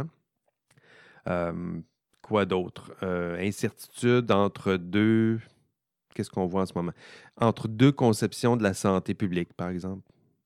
Quoi d'autre? Incertitude entre deux... Qu'est-ce qu'on voit en ce moment? Entre deux conceptions de la santé publique, par exemple.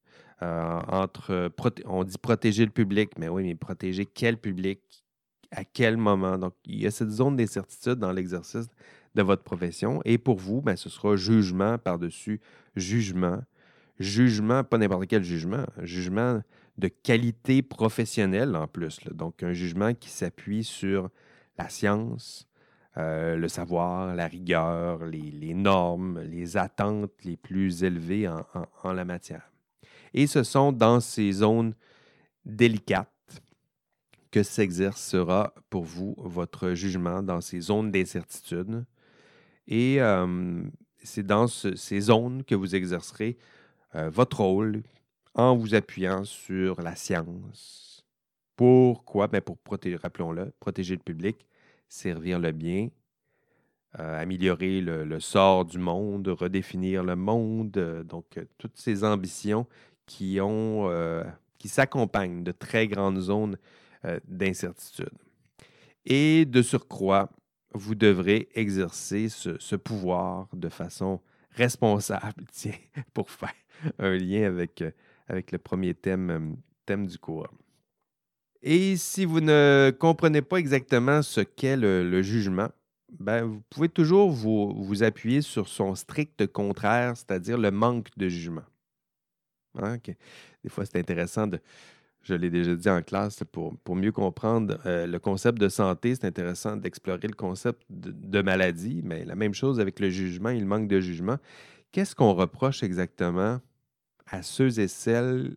On dit protéger le public, mais oui, mais protéger quel public, à quel moment? Donc, il y a cette zone d'incertitude dans l'exercice de votre profession. Et pour vous, ben, ce sera jugement par-dessus jugement. Jugement, pas n'importe quel jugement, jugement de qualité professionnelle en plus, là. Donc, un jugement qui s'appuie sur la science, le savoir, la rigueur, les normes, les attentes les plus élevées en la matière. Et ce sont dans ces zones délicates que s'exercera pour vous votre jugement, dans ces zones d'incertitude. Et c'est dans ces zones que vous exercerez votre rôle en vous appuyant sur la science. Pourquoi? Ben pour protéger, rappelons-le, protéger le public, servir le bien, améliorer le sort du monde, redéfinir le monde. Donc, toutes ces ambitions qui s'accompagnent de très grandes zones d'incertitude. Et de surcroît, vous devrez exercer ce pouvoir de façon responsable, tiens, pour faire un lien avec le premier thème du cours. Et si vous ne comprenez pas exactement ce qu'est le jugement, ben, vous pouvez toujours vous appuyer sur son strict contraire, c'est-à-dire le manque de jugement. Hein, des fois, c'est intéressant je l'ai déjà dit en classe, pour mieux comprendre le concept de santé, c'est intéressant d'explorer le concept de maladie, mais la même chose avec le jugement et le manque de jugement. Qu'est-ce qu'on reproche exactement à ceux et celles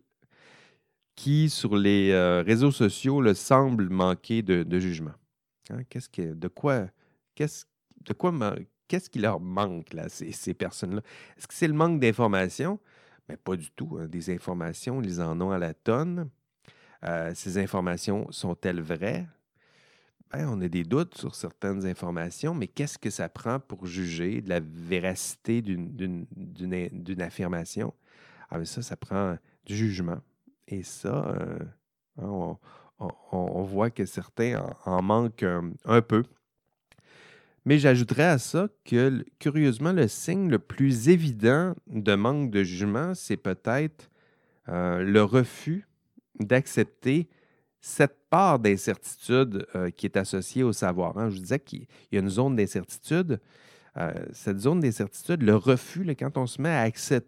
qui, sur les réseaux sociaux, semblent manquer de jugement? Hein, qu'est-ce, de quoi, qu'est-ce qui leur manque, là, ces personnes-là? Est-ce que c'est le manque d'informations? Mais pas du tout, hein. Des informations, ils en ont à la tonne. Ces informations sont-elles vraies? Ben, on a des doutes sur certaines informations, mais qu'est-ce que ça prend pour juger de la véracité d'une affirmation? Ah, mais ça prend du jugement. Et ça, hein, on voit que certains en manquent un peu. Mais j'ajouterais à ça que, curieusement, le signe le plus évident de manque de jugement, c'est peut-être le refus d'accepter cette part d'incertitude qui est associée au savoir. Hein. Je vous disais qu'il y a une zone d'incertitude. Cette zone d'incertitude, le refus, là, quand on se met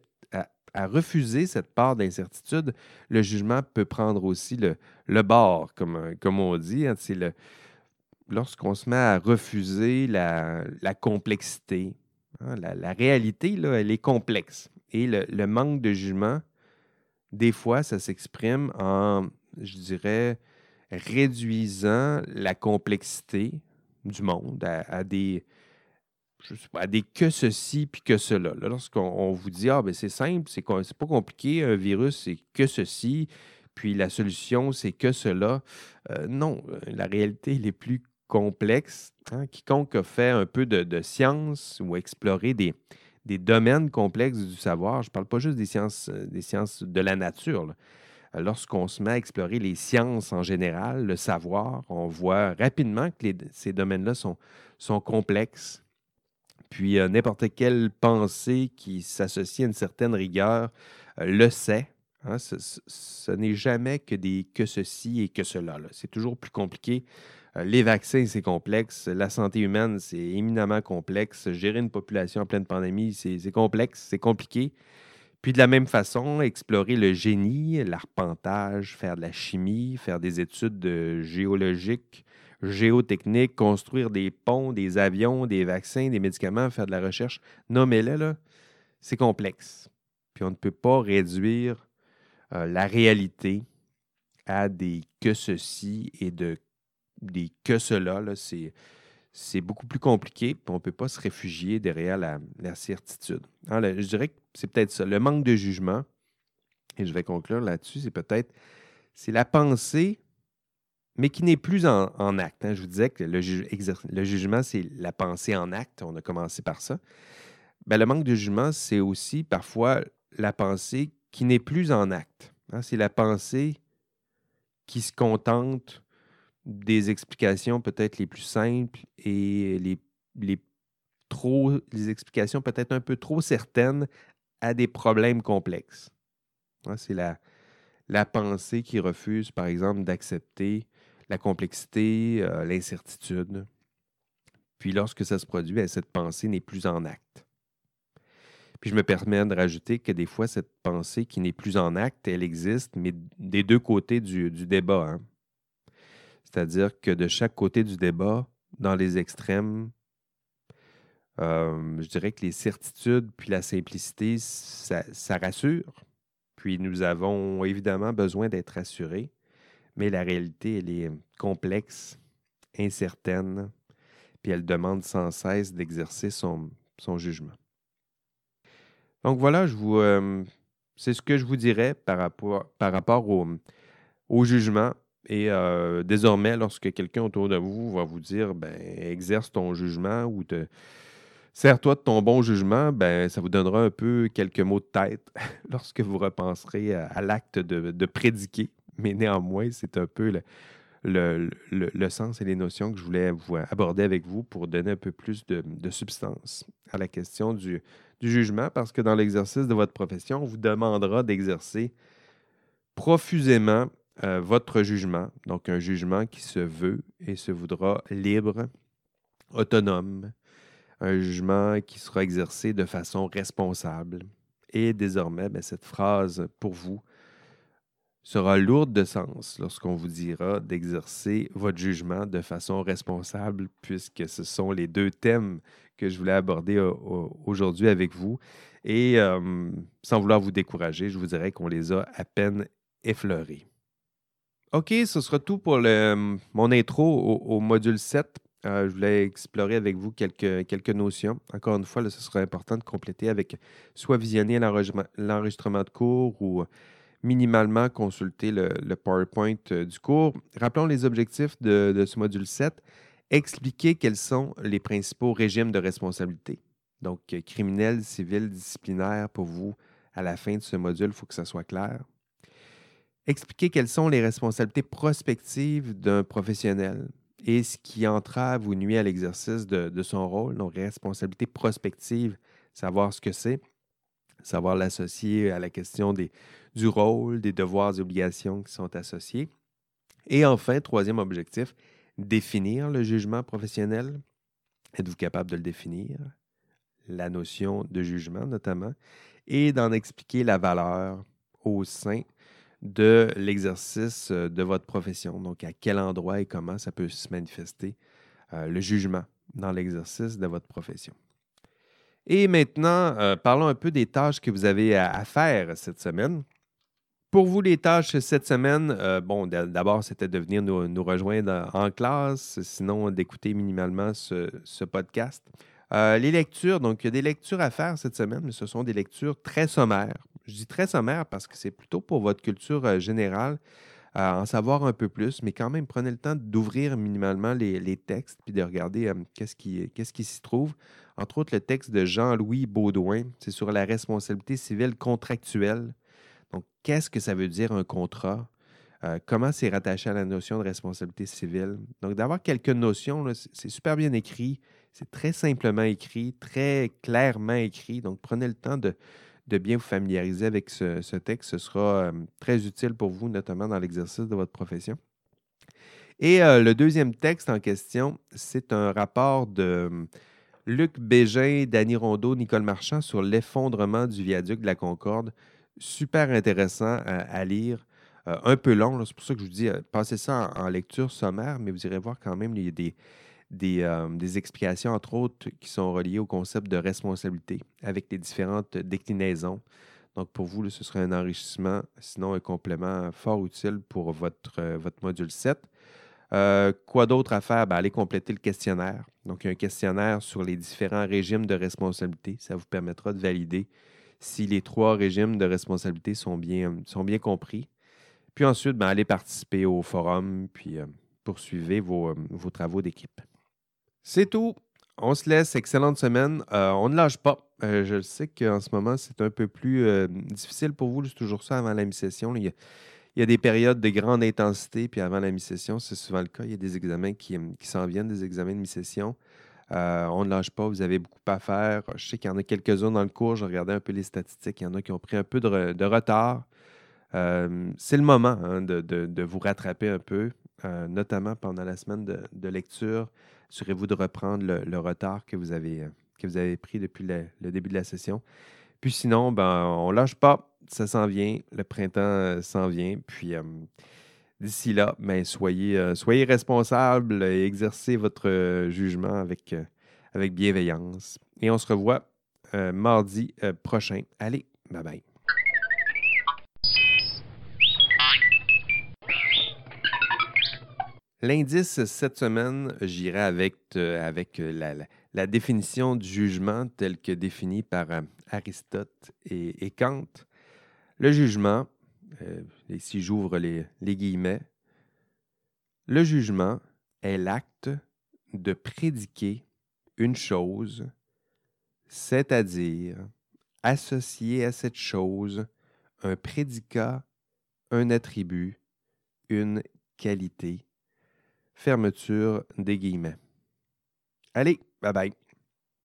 à refuser cette part d'incertitude, le jugement peut prendre aussi le bord, comme on dit. Hein. Lorsqu'on se met à refuser la complexité, hein, la réalité, là, elle est complexe. Et le manque de jugement, des fois, ça s'exprime en, je dirais, réduisant la complexité du monde à des, je sais pas, à des que ceci puis que cela. Là, lorsqu'on vous dit, ah, ben c'est simple, c'est pas compliqué, un virus, c'est que ceci, puis la solution, c'est que cela. Non, la réalité, elle est plus complexe. Hein. Quiconque a fait un peu de science ou exploré des domaines complexes du savoir, je ne parle pas juste des sciences de la nature, là. Lorsqu'on se met à explorer les sciences en général, le savoir, on voit rapidement que ces domaines-là sont complexes. Puis n'importe quelle pensée qui s'associe à une certaine rigueur le sait. Hein. Ce n'est jamais que des que ceci et que cela, là. C'est toujours plus compliqué. Les vaccins, c'est complexe. La santé humaine, c'est éminemment complexe. Gérer une population en pleine pandémie, c'est complexe, c'est compliqué. Puis de la même façon, explorer le génie, l'arpentage, faire de la chimie, faire des études géologiques, géotechniques, construire des ponts, des avions, des vaccins, des médicaments, faire de la recherche, nommez-les, là, c'est complexe. Puis on ne peut pas réduire la réalité à des que ceci et des que cela. Là, c'est beaucoup plus compliqué, puis on ne peut pas se réfugier derrière la certitude. Alors, je dirais que c'est peut-être ça. Le manque de jugement, et je vais conclure là-dessus, c'est la pensée, mais qui n'est plus en acte. Hein. Je vous disais que le jugement, c'est la pensée en acte. On a commencé par ça. Ben, le manque de jugement, c'est aussi parfois la pensée qui n'est plus en acte. Hein. C'est la pensée qui se contente des explications peut-être les plus simples et les les explications peut-être un peu trop certaines à des problèmes complexes. Hein, c'est la pensée qui refuse, par exemple, d'accepter la complexité, l'incertitude. Puis lorsque ça se produit, bien, cette pensée n'est plus en acte. Puis je me permets de rajouter que des fois, cette pensée qui n'est plus en acte, elle existe, mais des deux côtés du débat. Hein. C'est-à-dire que de chaque côté du débat, dans les extrêmes, je dirais que les certitudes puis la simplicité, ça rassure. Puis nous avons évidemment besoin d'être rassurés, mais la réalité, elle est complexe, incertaine, puis elle demande sans cesse d'exercer son jugement. Donc voilà, c'est ce que je vous dirais par rapport au jugement. Et désormais, lorsque quelqu'un autour de vous va vous dire, ben, exerce ton jugement ou sers-toi de ton bon jugement, ben, ça vous donnera un peu quelques mots de tête lorsque vous repenserez à l'acte de prédiquer. Mais néanmoins, c'est un peu le sens et les notions que je voulais aborder avec vous pour donner un peu plus de substance à la question du jugement, parce que dans l'exercice de votre profession, on vous demandera d'exercer profusément votre jugement, donc un jugement qui se veut et se voudra libre, autonome, un jugement qui sera exercé de façon responsable. Et désormais, bien, cette phrase pour vous sera lourde de sens lorsqu'on vous dira d'exercer votre jugement de façon responsable, puisque ce sont les deux thèmes que je voulais aborder aujourd'hui avec vous. Et sans vouloir vous décourager, je vous dirais qu'on les a à peine effleurés. OK, ce sera tout pour mon intro au module 7. Je voulais explorer avec vous quelques notions. Encore une fois, là, ce sera important de compléter avec soit visionner l'enregistrement de cours ou minimalement consulter le PowerPoint du cours. Rappelons les objectifs de ce module 7. Expliquer quels sont les principaux régimes de responsabilité. Donc, criminel, civil, disciplinaire, pour vous, à la fin de ce module, il faut que ça soit clair. Expliquer quelles sont les responsabilités prospectives d'un professionnel et ce qui entrave ou nuit à l'exercice de son rôle. Donc, responsabilité prospective, savoir ce que c'est, savoir l'associer à la question du rôle, des devoirs et obligations qui sont associés. Et enfin, troisième objectif, définir le jugement professionnel. Êtes-vous capable de le définir? La notion de jugement notamment, et d'en expliquer la valeur au sein de l'exercice de votre profession. Donc, à quel endroit et comment ça peut se manifester le jugement dans l'exercice de votre profession. Et maintenant, parlons un peu des tâches que vous avez à faire cette semaine. Pour vous, les tâches cette semaine, d'abord, c'était de venir nous rejoindre en classe, sinon d'écouter minimalement ce podcast. Les lectures, donc il y a des lectures à faire cette semaine, mais ce sont des lectures très sommaires. Je dis très sommaires parce que c'est plutôt pour votre culture générale, en savoir un peu plus, mais quand même, prenez le temps d'ouvrir minimalement les textes puis de regarder qu'est-ce qui s'y trouve. Entre autres, le texte de Jean-Louis Baudouin, c'est sur la responsabilité civile contractuelle. Donc, qu'est-ce que ça veut dire un contrat? Comment c'est rattaché à la notion de responsabilité civile? Donc, d'avoir quelques notions, là, c'est super bien écrit, c'est très simplement écrit, très clairement écrit. Donc, prenez le temps de bien vous familiariser avec ce texte. Ce sera très utile pour vous, notamment dans l'exercice de votre profession. Et le deuxième texte en question, c'est un rapport de Luc Bégin, Danny Rondeau, Nicole Marchand sur l'effondrement du viaduc de la Concorde. Super intéressant à lire. Un peu long, là, c'est pour ça que je vous dis, passez ça en lecture sommaire, mais vous irez voir quand même, il y a des explications, entre autres, qui sont reliées au concept de responsabilité avec les différentes déclinaisons. Donc, pour vous, là, ce serait un enrichissement, sinon un complément fort utile pour votre module 7. Quoi d'autre à faire? Ben, allez compléter le questionnaire. Donc, il y a un questionnaire sur les différents régimes de responsabilité. Ça vous permettra de valider si les 3 régimes de responsabilité sont bien compris. Puis ensuite, ben, allez participer au forum, puis poursuivez vos travaux d'équipe. C'est tout. On se laisse. Excellente semaine. On ne lâche pas. Je sais qu'en ce moment, c'est un peu plus difficile pour vous. C'est toujours ça avant la mi-session. Il y a des périodes de grande intensité, puis avant la mi-session, c'est souvent le cas. Il y a des examens qui s'en viennent, des examens de mi-session. On ne lâche pas, vous avez beaucoup à faire. Je sais qu'il y en a quelques-uns dans le cours. Je regardais un peu les statistiques. Il y en a qui ont pris un peu de retard. C'est le moment hein, de vous rattraper un peu, notamment pendant la semaine de lecture. Assurez-vous de reprendre le retard que vous avez pris depuis le début de la session. Puis sinon, ben, on ne lâche pas, ça s'en vient, le printemps s'en vient. Puis d'ici là, ben, soyez responsables et exercez votre jugement avec bienveillance. Et on se revoit mardi prochain. Allez, bye bye. L'indice cette semaine, j'irai avec la définition du jugement telle que définie par Aristote et Kant. Le jugement, ici j'ouvre les guillemets, le jugement est l'acte de prédiquer une chose, c'est-à-dire associer à cette chose un prédicat, un attribut, une qualité. Fermeture des guillemets. Allez, bye bye.